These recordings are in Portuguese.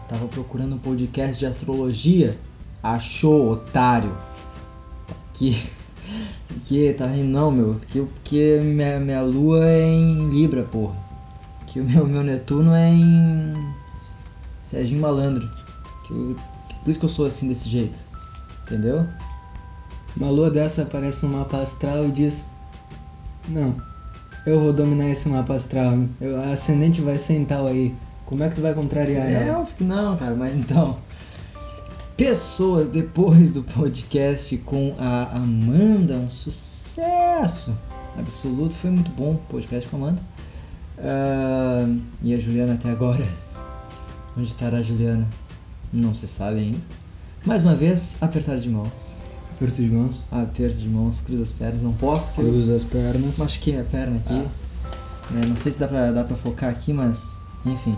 Tava procurando um podcast de astrologia. Achou, otário. Que tá rindo, não, meu. Que minha lua é em Libra, porra. Que o meu Netuno é em Serginho Malandro. Por isso que eu sou assim, desse jeito. Entendeu? Uma lua dessa aparece no mapa astral e diz: não, eu vou dominar esse mapa astral. A ascendente vai ser em tal aí. Como é que tu vai contrariar ela? Óbvio que não, cara. Mas então... Pessoas, depois do podcast com a Amanda, um sucesso absoluto, foi muito bom o podcast com a Amanda. E a Juliana até agora, onde estará a Juliana? Não se sabe ainda. Mais uma vez, apertar de mãos. Aperto de mãos. Aperto de mãos, cruza as pernas, não posso. Cruza as pernas. Machuquei minha perna aqui. Não sei se dá pra focar aqui, mas enfim.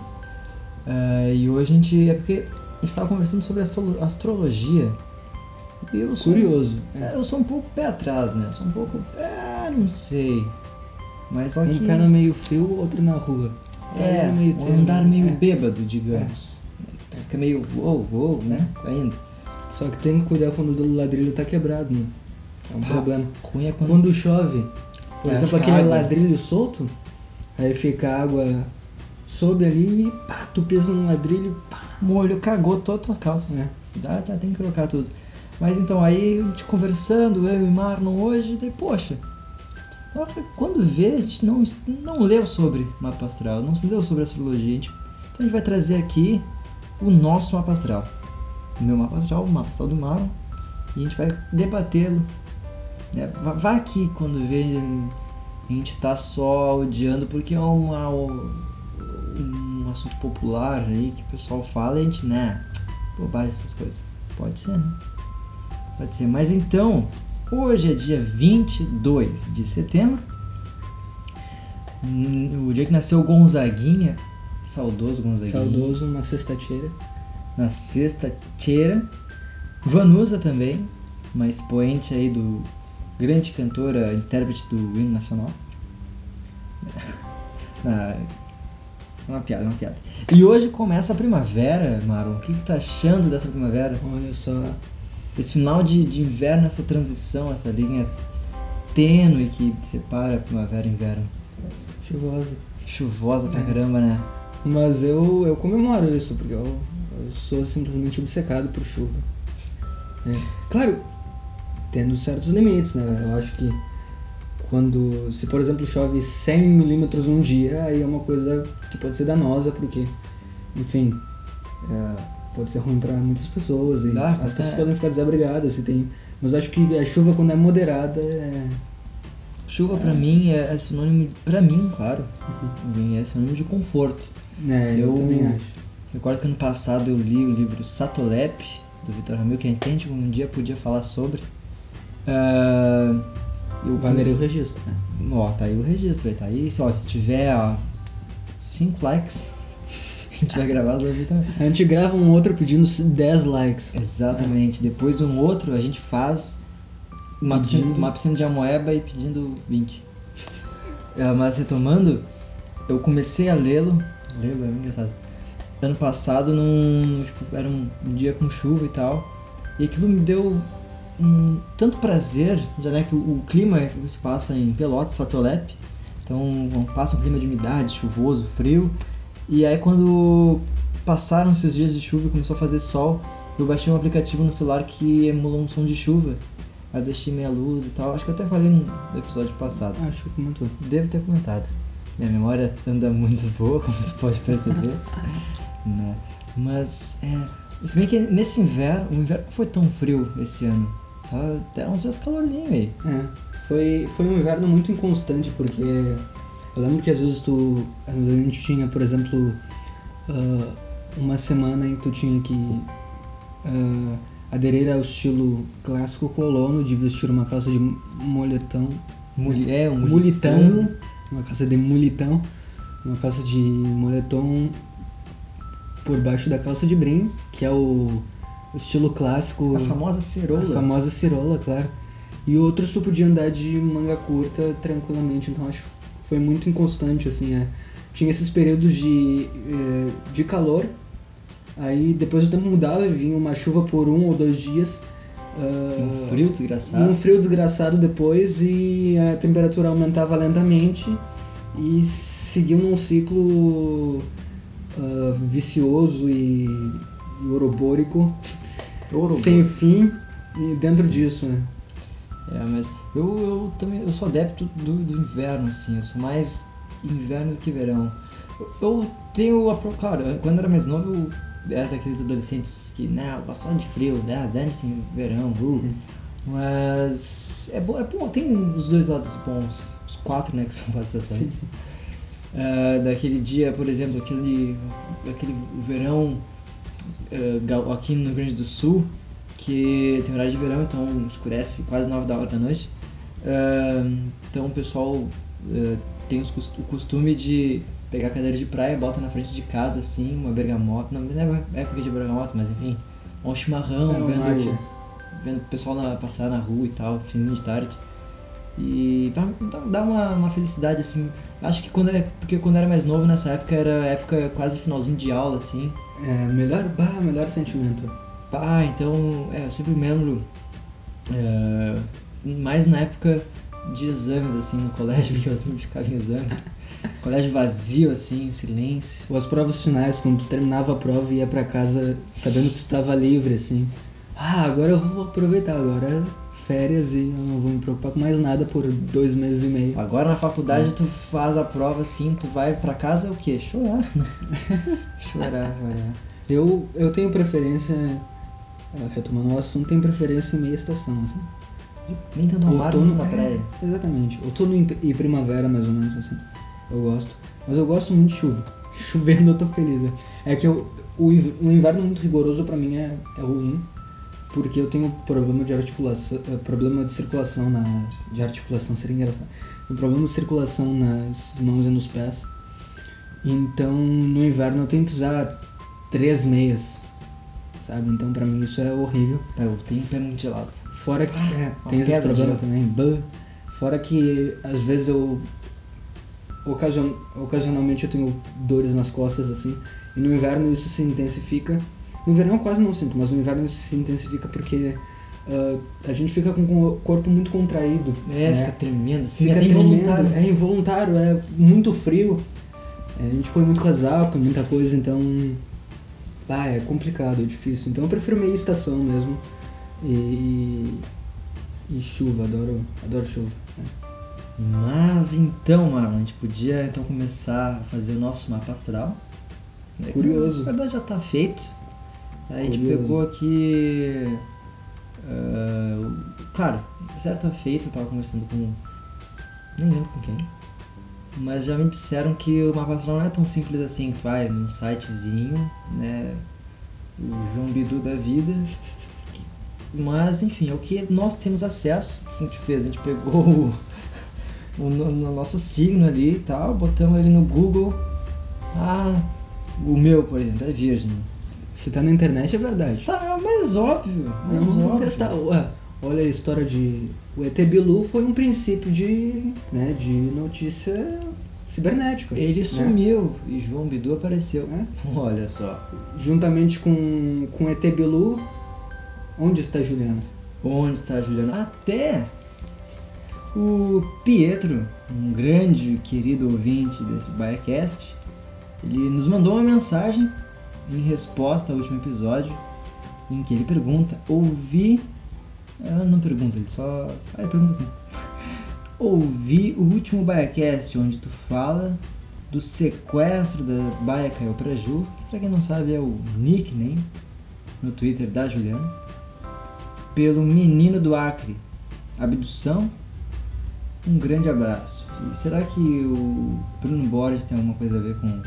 E hoje a gente, é porque a gente tava conversando sobre astrologia. E eu sou curioso. Eu sou um pouco pé atrás, né? Sou um pouco, não sei. Mas só que... Um pé no meio frio, outro na rua. Um andar meio bêbado, digamos. Fica meio uou, né? Ainda. Só que tem que cuidar quando o ladrilho tá quebrado, né? É um problema. Ruim é quando chove, por exemplo, aquele água. ladrilho solto, aí fica a água sobe ali e pá, tu pisa no ladrilho, pá. Molho, cagou toda a tua calça. Já tem que trocar tudo. Mas então, aí a gente conversando, eu e Marlon hoje, daí, poxa, quando vê, a gente não leu sobre mapa astral, não se leu sobre astrologia. Então a gente vai trazer aqui o nosso mapa astral. O meu mapa astral, o mapa astral do Marlon, e a gente vai debatê-lo. Né? Vai aqui quando vê a gente tá só odiando porque é um assunto popular aí que o pessoal fala e a gente, né, bobagem essas coisas. Pode ser, né? Pode ser. Mas então, hoje é dia 22 de setembro, o dia que nasceu o Gonzaguinha, saudoso Gonzaguinha. Saudoso, na sexta-feira. Na sexta-feira. Vanusa também, uma expoente aí do grande cantora, intérprete do hino nacional. Uma piada. E hoje começa a primavera, Maron. O que tá achando dessa primavera? Olha só. Esse final de inverno, essa transição, essa linha tênue que separa a primavera e inverno. Chuvosa pra caramba, né? Mas eu comemoro isso, porque eu sou simplesmente obcecado por chuva. Claro, tendo certos limites, né? Eu acho que se por exemplo chove 100 milímetros um dia, aí é uma coisa que pode ser danosa, porque, enfim, pode ser ruim para muitas pessoas e as pessoas podem ficar desabrigadas. Mas eu acho que a chuva, quando é moderada, Chuva pra mim é sinônimo, pra mim, claro, é sinônimo de conforto. Eu também acho. Recordo que ano passado eu li o livro Satolep, do Victor Ramil, que a gente um dia podia falar sobre. Valerei o registro, né? Tá aí o registro, tá aí. Se tiver 5 likes, a gente vai gravar as outras também. A gente grava um outro pedindo 10 likes. Exatamente. Depois um outro a gente faz uma piscina de amoeba e pedindo 20. Mas retomando, eu comecei a lê-lo é muito engraçado. Ano passado, era um dia com chuva e tal, e aquilo me deu tanto prazer, já né, que o clima se passa em Pelotas, Satolep, então passa um clima de umidade, chuvoso, frio, e aí quando passaram-se os dias de chuva e começou a fazer sol, eu baixei um aplicativo no celular que emula um som de chuva, aí eu deixei meia luz e tal, acho que eu até falei no episódio passado. Acho que comentou. Devo ter comentado. Minha memória anda muito boa, como tu pode perceber. Né? Mas, se bem que nesse inverno, o inverno não foi tão frio esse ano. Tá até uns dias calorzinho aí. Foi um inverno muito inconstante, porque eu lembro que às vezes a gente tinha, por exemplo, uma semana em que tu tinha que aderir ao estilo clássico colono de vestir uma calça de moletão. Mulitão. Uma calça de mulitão, uma calça de moletom por baixo da calça de brim, que é o estilo clássico. A famosa cirola. A famosa cirola, claro. E outros tu podia andar de manga curta tranquilamente, então acho que foi muito inconstante, assim, Tinha esses períodos de calor, Aí depois o tempo mudava e vinha uma chuva por 1 ou 2 dias. Um frio desgraçado. E um frio desgraçado depois e a temperatura aumentava lentamente e seguiu num ciclo vicioso e orobórico, sem fim, e dentro disso, né? Mas eu também eu sou adepto do inverno, assim, eu sou mais inverno do que verão. Eu tenho, claro, quando eu era mais novo eu era daqueles adolescentes que, eu gostava de frio, dane-se verão, mas é bom, tem os dois lados bons, os 4, né, que são as estações. Daquele dia, por exemplo, aquele verão aqui no Rio Grande do Sul, que tem horário de verão, então escurece quase 9 da hora da noite. Então o pessoal tem o costume de pegar a cadeira de praia, bota na frente de casa, assim, uma bergamota, não é época de bergamota, mas enfim, um chimarrão, vendo o pessoal passar na rua e tal, finzinho de tarde. E dá uma felicidade, assim. Acho que porque quando eu era mais novo, nessa época, era época quase finalzinho de aula, assim. Melhor sentimento. Então, eu sempre me lembro, mais na época de exames, assim, no colégio, porque eu sempre ficava em exame. Colégio vazio, assim, silêncio. Ou as provas finais, quando tu terminava a prova e ia pra casa sabendo que tu tava livre, assim. Agora eu vou aproveitar, agora férias e eu não vou me preocupar com mais nada por 2 meses e meio. Agora na faculdade tu faz a prova assim, tu vai pra casa o quê? Chorar. Chorar. Eu tenho preferência, retomando o assunto, tenho preferência em meia estação, assim. Nem tanto no mar, nem na praia. Exatamente. Outono e primavera, mais ou menos, assim. Eu gosto. Mas eu gosto muito de chuva. Chovendo eu tô feliz. É que o inverno muito rigoroso pra mim é ruim. Porque eu tenho problema de articulação, problema de circulação de articulação, seria engraçado. Um problema de circulação nas mãos e nos pés. Então, no inverno eu tenho que usar 3 meias, sabe? Então, pra mim isso é horrível. Eu tenho pé muito gelado. Fora que tem esse problema também. Fora que às vezes ocasionalmente eu tenho dores nas costas, assim. E no inverno isso se intensifica. No verão eu quase não sinto, mas no inverno isso se intensifica porque a gente fica com o corpo muito contraído. Né? Fica tremendo, assim, fica até involuntário. É involuntário, é muito frio. A gente põe muito casaco, muita coisa, então é complicado, é difícil. Então eu prefiro meia estação mesmo. E chuva, adoro chuva. Mas então, mano, a gente podia então começar a fazer o nosso mapa astral. Curioso. Na verdade já tá feito. A gente pegou aqui. Claro, já tá feito, eu tava conversando com. Nem lembro com quem. Mas já me disseram que o mapa astral não é tão simples assim, que tu vai num sitezinho, né? O João Bidu da vida. Mas enfim, é o que nós temos acesso. O que a gente fez? A gente pegou o nosso signo ali e tal, botamos ele no Google. O meu, por exemplo, é virgem. Se tá na internet é verdade. Tá, mas óbvio. Vamos testar. Olha a história de... O ET Bilu foi um princípio de notícia cibernética. Ele sumiu e João Bidu apareceu. Olha só. Juntamente com o ET Bilu, onde está a Juliana? Até o Pietro, um grande querido ouvinte desse BaiaCast, ele nos mandou uma mensagem em resposta ao último episódio, em que ele pergunta, ela não pergunta, ele pergunta assim, ouvi o último BaiaCast onde tu fala do sequestro da Baia Caiu Pra Ju, que pra quem não sabe é o nickname no Twitter da Juliana, pelo menino do Acre. Abdução? Um grande abraço. E será que o Bruno Borges tem alguma coisa a ver com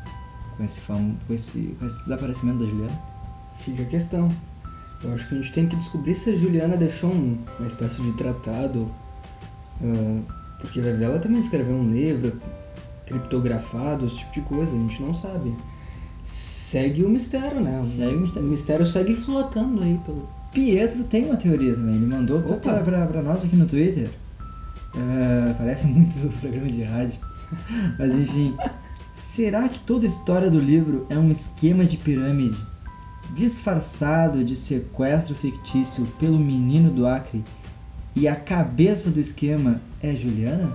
esse desaparecimento da Juliana? Fica a questão. Eu acho que a gente tem que descobrir se a Juliana deixou uma espécie de tratado, porque ela também escreveu um livro criptografado, esse tipo de coisa, a gente não sabe. Segue o mistério, né? O mistério segue flotando aí pelo... Pietro tem uma teoria também, ele mandou pra nós aqui no Twitter. Parece muito programa de rádio, mas enfim. Será que toda a história do livro é um esquema de pirâmide disfarçado de sequestro fictício pelo menino do Acre e a cabeça do esquema é Juliana?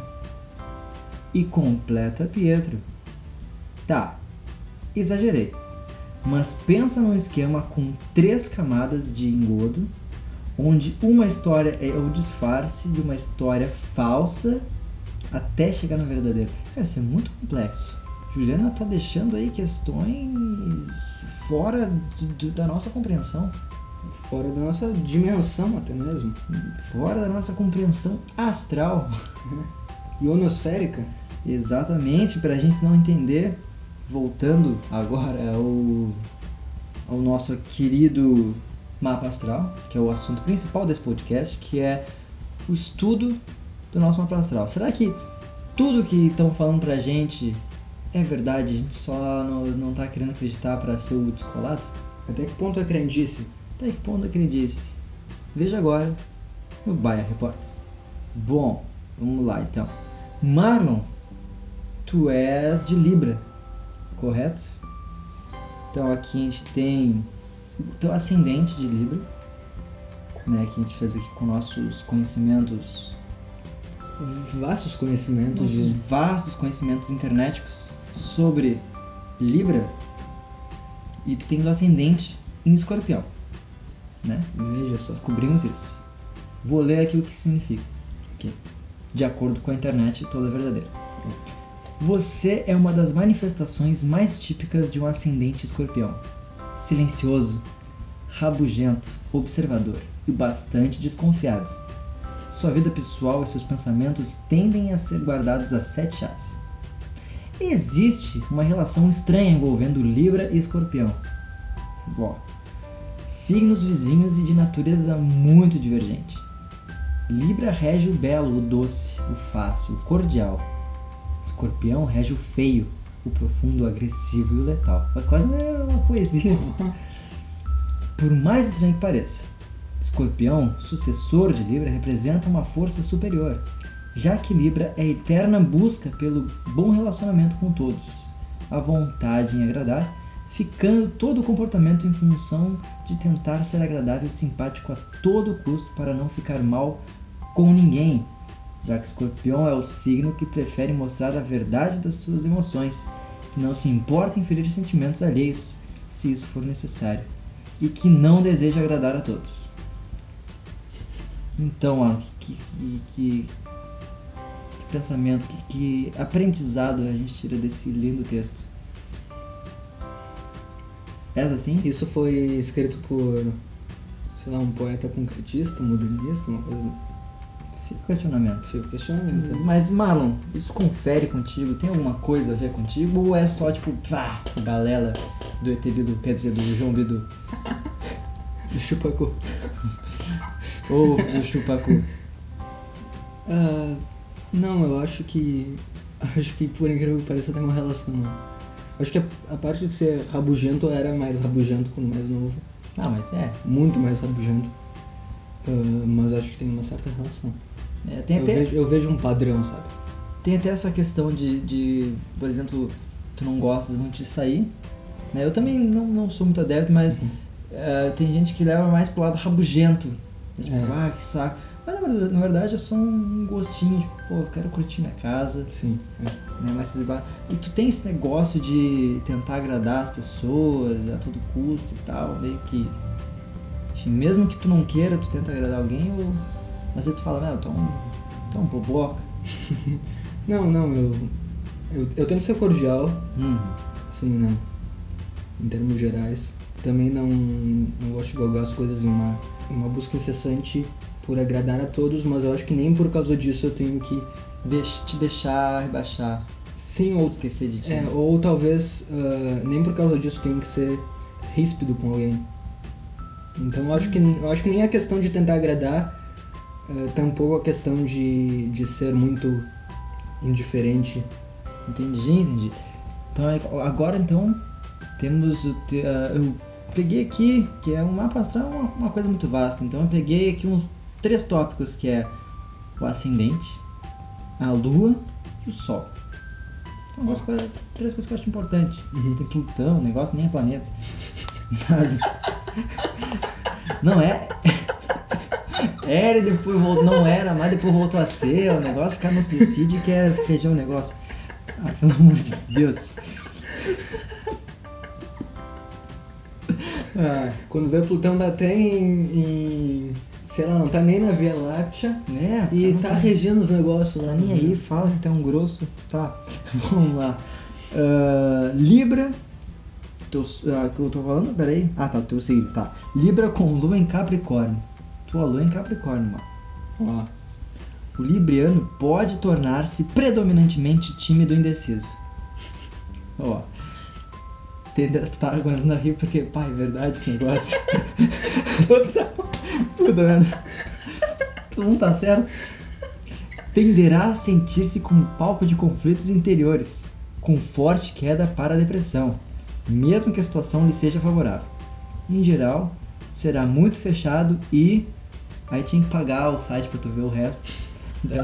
E completa Pietro. Tá, exagerei, mas pensa num esquema com 3 camadas de engodo, onde uma história é o disfarce de uma história falsa até chegar no verdadeiro. Cara, isso é muito complexo. Juliana tá deixando aí questões fora da nossa compreensão. Fora da nossa dimensão até mesmo. Fora da nossa compreensão astral. Ionosférica. Exatamente, pra gente não entender. Voltando agora ao nosso querido mapa astral, que é o assunto principal desse podcast, que é o estudo do nosso mapa astral. Será que tudo que estão falando pra gente é verdade? A gente só não tá querendo acreditar pra ser o descolado? Até que ponto é crendice? Até que ponto é crendice? Veja agora no Baia Repórter. Bom, vamos lá então. Marlon, tu és de Libra, correto? Então aqui a gente tem o teu ascendente de Libra, né, que a gente fez aqui com nossos conhecimentos, vastos conhecimentos internéticos sobre Libra, e tu tem o ascendente em Escorpião, né? Veja só. Descobrimos isso. Vou ler aqui o que significa. Okay. De acordo com a internet, toda verdadeira. Você é uma das manifestações mais típicas de um ascendente escorpião. Silencioso, rabugento, observador e bastante desconfiado. Sua vida pessoal e seus pensamentos tendem a ser guardados a 7 chaves. Existe uma relação estranha envolvendo Libra e Escorpião. Bom, signos vizinhos e de natureza muito divergente. Libra rege o belo, o doce, o fácil, o cordial. Escorpião rege o feio, o profundo, o agressivo e o letal. É quase uma poesia. Por mais estranho que pareça, Escorpião, sucessor de Libra, representa uma força superior, já que Libra é a eterna busca pelo bom relacionamento com todos, a vontade em agradar, ficando todo o comportamento em função de tentar ser agradável e simpático a todo custo para não ficar mal com ninguém, já que Escorpião é o signo que prefere mostrar a verdade das suas emoções, que não se importa em ferir sentimentos alheios, se isso for necessário, e que não deseja agradar a todos. Então, Alan, que pensamento, que aprendizado a gente tira desse lindo texto? É assim? Isso foi escrito por, sei lá, um poeta concretista, modernista, uma coisa. Fica o questionamento. Fica o questionamento. Mas, Marlon, isso confere contigo? Tem alguma coisa a ver contigo? Ou é só, tipo, balela do ET Bilu, quer dizer, do João Bidu? Do Chupacu. Ou do Chupacu? Não, eu acho que por incrível que pareça tem uma relação. Acho que a parte de ser rabugento era mais rabugento quando mais novo. Ah, mas é. Muito mais rabugento. Mas acho que tem uma certa relação. Eu vejo um padrão, sabe? Tem até essa questão de, por exemplo, tu não gostas muito de sair, né? Eu também não sou muito adepto, mas tem gente que leva mais pro lado rabugento. Tipo, que saco. Mas na verdade é só um gostinho de, eu quero curtir minha casa. Sim. Né? Mas, e tu tem esse negócio de tentar agradar as pessoas a todo custo e tal, meio que... Enfim, mesmo que tu não queira, tu tenta agradar alguém, ou às vezes tu fala, eu tô um boboca. Não, eu tento ser cordial, assim, né? Em termos gerais. Também não gosto de jogar as coisas em uma busca incessante por agradar a todos, mas eu acho que nem por causa disso eu tenho que te deixar rebaixar. Sim, ou esquecer de ti. Ou talvez nem por causa disso eu tenho que ser ríspido com alguém. Então eu acho que nem a questão de tentar agradar, tampouco a questão de ser muito indiferente. Entendi. Então agora temos eu peguei aqui, que é um mapa astral, uma coisa muito vasta. Então eu peguei aqui uns 3 tópicos, que é o ascendente, a lua e o sol. Três coisas que eu acho importantes. Tem Plutão, o negócio nem é planeta. Mas... não é... Era e depois voltou, não era, mas depois voltou a ser. O negócio, o cara não se decide e quer reger o negócio. Ah, pelo amor de Deus. Quando vê Plutão tá até sei lá, não tá nem na Via Láctea. Né? E tá regendo os negócios lá. Tá nem aí, fala que tem um grosso. Tá, vamos lá. Libra. Que eu tô falando? Peraí. Ah, tá, o teu signo, tá. Libra com lua em Capricórnio. Tua lua em Capricórnio, mano. Ó. O libriano pode tornar-se predominantemente tímido e indeciso. Ó. Tu tá começando a rir porque, pai, é verdade esse negócio. Total. Puta merda. Todo mundo tá certo. Tenderá a sentir-se como palco de conflitos interiores, com forte queda para a depressão, mesmo que a situação lhe seja favorável. Em geral, será muito fechado e... Aí tinha que pagar o site pra tu ver o resto. Eu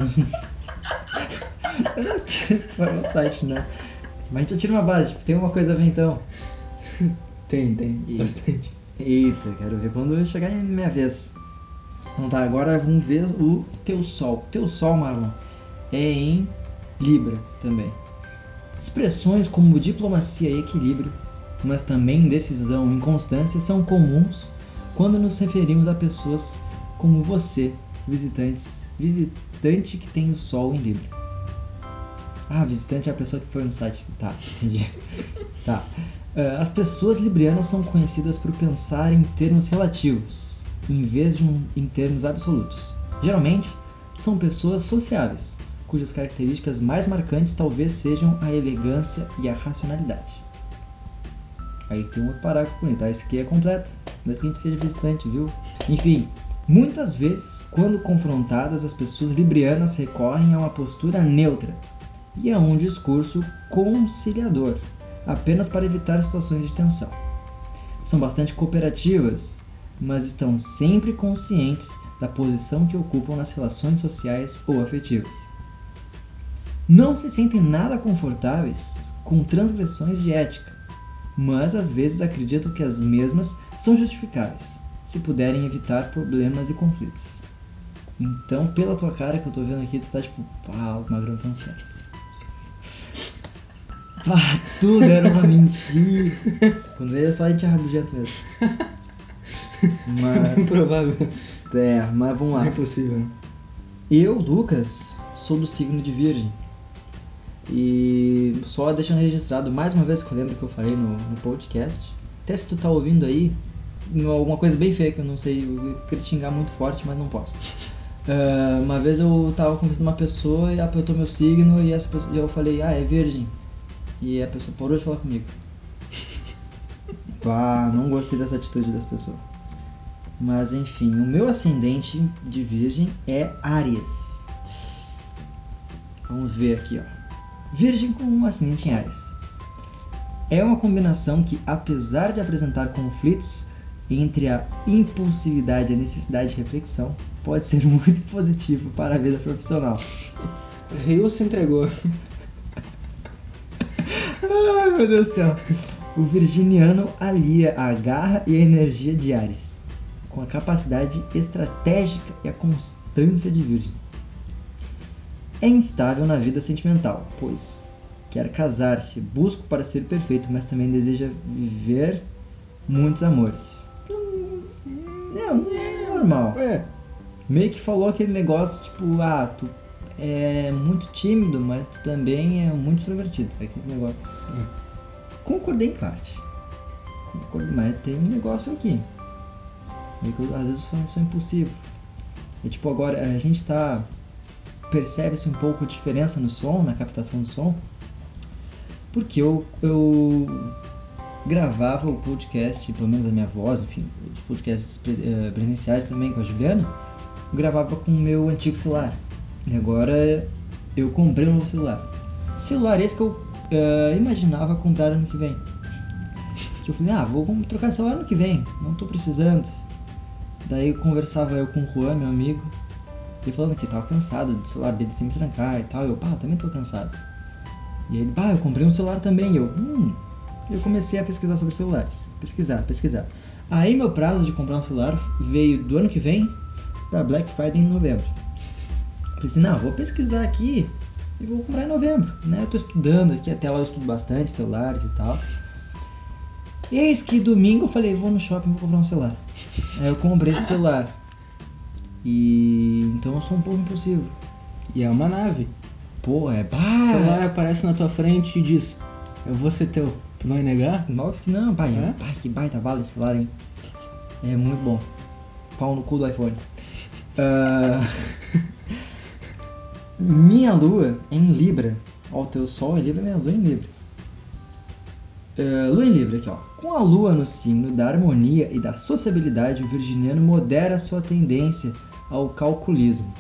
não tinha que pagar o site, não. Mas a gente já tira uma base, tipo, tem uma coisa a ver então. Tem, bastante. Eita, quero ver quando chegar em minha vez. Então tá, agora vamos ver o teu sol. Teu sol, Marlon, é em Libra também. Expressões como diplomacia e equilíbrio, mas também indecisão e inconstância são comuns quando nos referimos a pessoas como você, visitante que tem o sol em Libra. Ah, visitante é a pessoa que foi no site. Tá, entendi. Tá. As pessoas librianas são conhecidas por pensar em termos relativos, em vez de em termos absolutos. Geralmente, são pessoas sociáveis, cujas características mais marcantes talvez sejam a elegância e a racionalidade. Aí tem um outro parágrafo bonito. Esse aqui é completo, mas que a gente seja visitante, viu? Enfim, muitas vezes, quando confrontadas, as pessoas librianas recorrem a uma postura neutra e a um discurso conciliador, apenas para evitar situações de tensão. São bastante cooperativas, mas estão sempre conscientes da posição que ocupam nas relações sociais ou afetivas. Não se sentem nada confortáveis com transgressões de ética, mas às vezes acreditam que as mesmas são justificáveis, se puderem evitar problemas e conflitos. Então, pela tua cara que eu tô vendo aqui, tu tá tipo, pá, os magrão tão certos. Pá, tudo era uma mentira. Quando veio é só a gente rabugento mesmo. Mas... improvável. Mas vamos lá. Não é possível. Eu, Lucas, sou do signo de Virgem. E só deixando registrado mais uma vez que eu lembro que eu falei no podcast. Até se tu tá ouvindo aí, alguma coisa bem feia que eu não sei, eu queria xingar muito forte, mas não posso. Uma vez eu tava conversando com uma pessoa e ela perguntou meu signo e eu falei, é Virgem. E a pessoa parou de falar comigo. Não gostei dessa atitude das pessoas. Mas enfim, o meu ascendente de Virgem é Áries. Vamos ver aqui, ó. Virgem com um ascendente em Áries. É uma combinação que, apesar de apresentar conflitos entre a impulsividade e a necessidade de reflexão, pode ser muito positivo para a vida profissional. Rio se entregou. Ai, meu Deus do céu. O virginiano alia a garra e a energia de Áries, com a capacidade estratégica e a constância de Virgem. É instável na vida sentimental, pois quer casar-se, busca para ser perfeito, mas também deseja viver muitos amores. Não é normal. Meio que falou aquele negócio, tipo, tu é muito tímido, mas tu também é muito extrovertido. É aquele negócio. Concordei em parte. Mas tem um negócio aqui. Meio que às vezes eu sou impulsivo. E tipo, agora a gente percebe-se um pouco a diferença no som, na captação do som. Porque eu gravava o podcast, pelo menos a minha voz, enfim, os podcasts presenciais também com a Juliana, eu gravava com o meu antigo celular. E agora eu comprei um novo celular. Celular esse que eu imaginava comprar ano que vem. Que eu falei, vamos trocar de celular ano que vem, não tô precisando. Daí conversava eu com o Juan, meu amigo, ele falando que tava cansado do celular dele sempre trancar e tal. Eu, também tô cansado. E ele, eu comprei um celular também. Eu comecei a pesquisar sobre celulares. Pesquisar. Aí meu prazo de comprar um celular veio do ano que vem pra Black Friday em novembro. Pensei, vou pesquisar aqui e vou comprar em novembro, né? Eu tô estudando aqui, até lá eu estudo bastante celulares e tal. Eis que domingo eu falei, vou no shopping, vou comprar um celular. Aí eu comprei esse celular. E então eu sou um pouco impulsivo. E é uma nave. Pô, O celular aparece na tua frente e diz, eu vou ser teu. Tu vai negar? Óbvio que não, pai. Pai, que baita bala esse celular, hein? É muito bom. Pau no cu do iPhone. Minha lua é em Libra. Ó, o teu sol é em Libra, minha lua é em Libra. Lua em Libra aqui, ó. Com a lua no signo da harmonia e da sociabilidade, o virginiano modera sua tendência ao calculismo.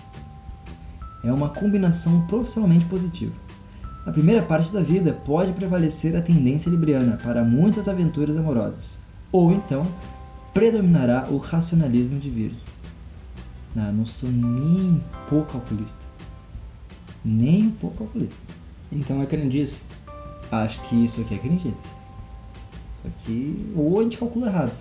É uma combinação profissionalmente positiva. Na primeira parte da vida pode prevalecer a tendência libriana para muitas aventuras amorosas, ou então predominará o racionalismo de Virgem. Não sou nem um pouco calculista. Nem um pouco calculista. Então é crendice. Acho que isso aqui é crendice. Só que ou a gente calcula errado.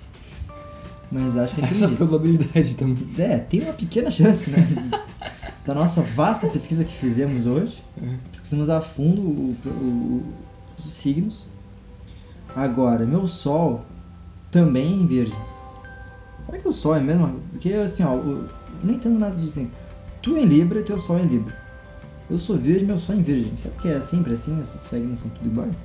Mas acho que é crendice. Essa probabilidade também. Tem uma pequena chance, né? Da nossa vasta pesquisa que fizemos hoje. Pesquisamos a fundo os signos. Agora, meu sol também é em Virgem. Como é que o sol é mesmo? Porque assim, eu nem entendo nada disso assim. Tu é em Libra e teu sol é em Libra. Eu sou Virgem, meu sol é em Virgem. Será que é sempre assim? Esses signos são tudo iguais?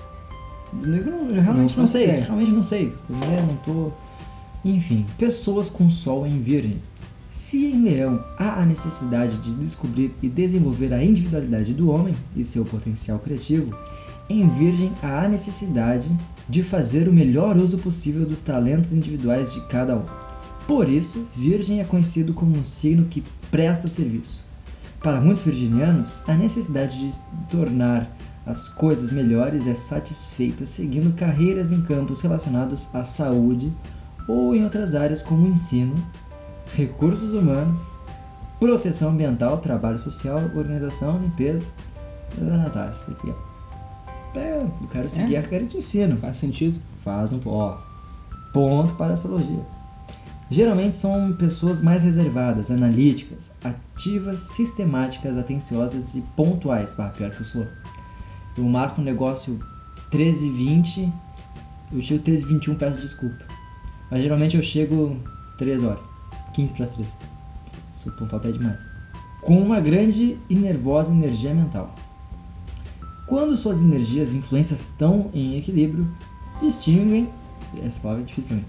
Eu realmente não sei. Realmente não sei. Eu não tô... Enfim, pessoas com sol em Virgem. Se em Leão há a necessidade de descobrir e desenvolver a individualidade do homem e seu potencial criativo, em Virgem há a necessidade de fazer o melhor uso possível dos talentos individuais de cada um. Por isso, Virgem é conhecido como um signo que presta serviço. Para muitos virginianos, a necessidade de tornar as coisas melhores é satisfeita seguindo carreiras em campos relacionados à saúde ou em outras áreas como ensino, recursos humanos, proteção ambiental, trabalho social, organização, limpeza. Isso aqui, ó. Eu quero seguir a carreira de ensino. Faz sentido? Faz um ponto para a astrologia. Geralmente são pessoas mais reservadas, analíticas, ativas, sistemáticas, atenciosas e pontuais. Pior que eu sou. Eu marco um negócio 13h20, eu chego 13h21, peço desculpa. Mas geralmente eu chego 3 horas, 15 para as 3. Sou pontual até demais. Com uma grande e nervosa energia mental. Quando suas energias e influências estão em equilíbrio, distinguem... Essa palavra é difícil pra mim.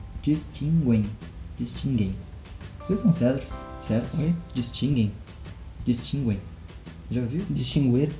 Distinguem. Vocês são certos? Oi? Distinguem. Já ouviu? Distinguem.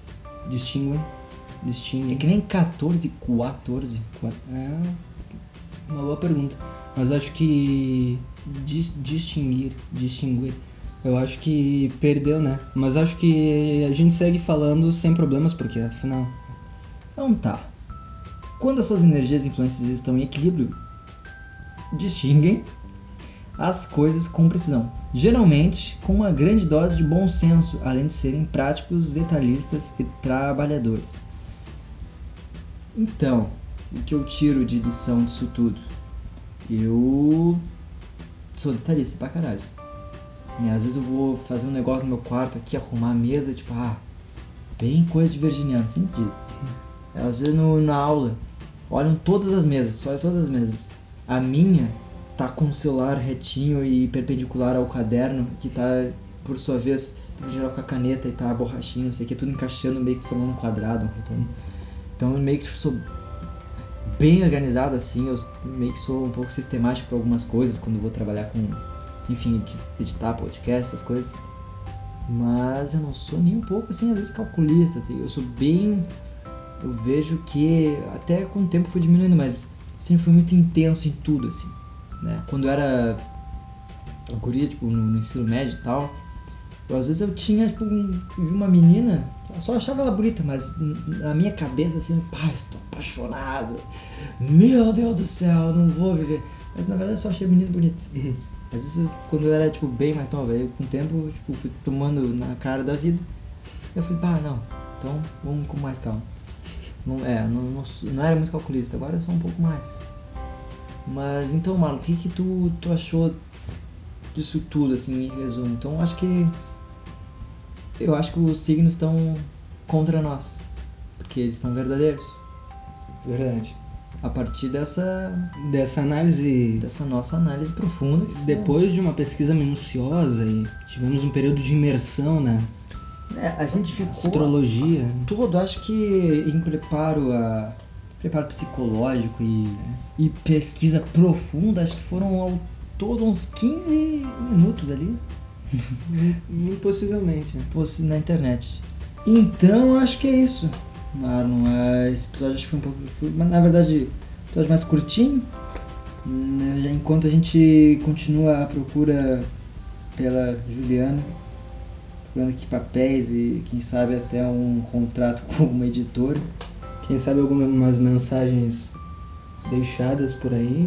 É que nem 14. É uma boa pergunta. Mas acho que distinguir, eu acho que perdeu, né? Mas acho que a gente segue falando sem problemas, porque afinal... Então tá. Quando as suas energias e influências estão em equilíbrio, distinguem as coisas com precisão. Geralmente com uma grande dose de bom senso, além de serem práticos, detalhistas e trabalhadores. Então, o que eu tiro de lição disso tudo? Eu sou detalhista pra caralho. Às vezes eu vou fazer um negócio no meu quarto aqui, arrumar a mesa, tipo, bem coisa de virginiano, sempre diz. Às vezes na aula, olham todas as mesas. A minha tá com o celular retinho e perpendicular ao caderno, que tá, por sua vez, perpendicular com a caneta e tá a borrachinha, não sei o que, tudo encaixando meio que formando um quadrado, um retângulo. Então eu meio que sou bem organizado assim, eu meio que sou um pouco sistemático para algumas coisas quando eu vou trabalhar com, enfim, editar podcast, essas coisas. Mas eu não sou nem um pouco assim, às vezes calculista, assim. Eu vejo que até com o tempo fui diminuindo, mas sempre fui muito intenso em tudo, assim, né? Quando eu era guria, tipo, no ensino médio e tal, às vezes eu tinha, tipo, vi uma menina, eu só achava ela bonita, mas na minha cabeça, assim, estou apaixonado, meu Deus do céu, não vou viver. Mas na verdade eu só achei a menina bonita. Às vezes, quando eu era, tipo, bem mais nova, aí com o tempo, tipo, fui tomando na cara da vida, eu falei, não, Então, vamos com mais calma. Não era muito calculista, agora é só um pouco mais. Mas então, Marlon, o que tu achou disso tudo, assim, em resumo? Então, eu acho que os signos estão contra nós, porque eles são verdadeiros. Verdade. A partir dessa análise, dessa nossa análise profunda. Depois de uma pesquisa minuciosa e tivemos um período de imersão na a gente ficou astrologia. Todo, acho que em preparo psicológico e pesquisa profunda, acho que foram ao todo uns 15 minutos ali. Possivelmente. Na internet. Então, acho que é isso, Marlon. Esse episódio acho que foi um pouco... Mas, na verdade, um episódio mais curtinho. Enquanto a gente continua a procura pela Juliana, procurando aqui papéis e quem sabe até um contrato com uma editora. Quem sabe algumas mensagens deixadas por aí.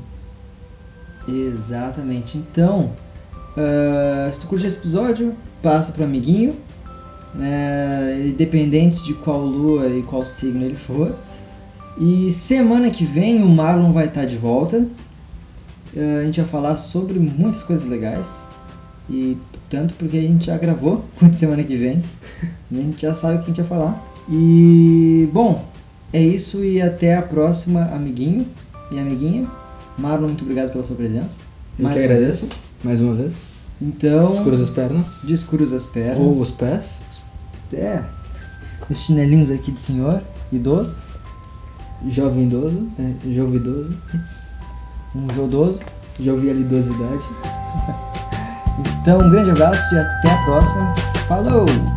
Exatamente. Então, se tu curte esse episódio, passa pro amiguinho, independente de qual lua e qual signo ele for. E semana que vem o Marlon vai estar de volta. A gente vai falar sobre muitas coisas legais. E tanto porque a gente já gravou de semana que vem. A gente já sabe o que a gente vai falar. E bom, é isso e até a próxima, amiguinho e amiguinha. Marlon, muito obrigado pela sua presença. Eu que agradeço. Mais uma vez. Então... Descruza as pernas. Descruza as pernas. Ou os pés. Os chinelinhos aqui de senhor, idoso. Jovem idoso. Jovidoso. Um jodoso. Jovialidade. Então, um grande abraço e até a próxima. Falou!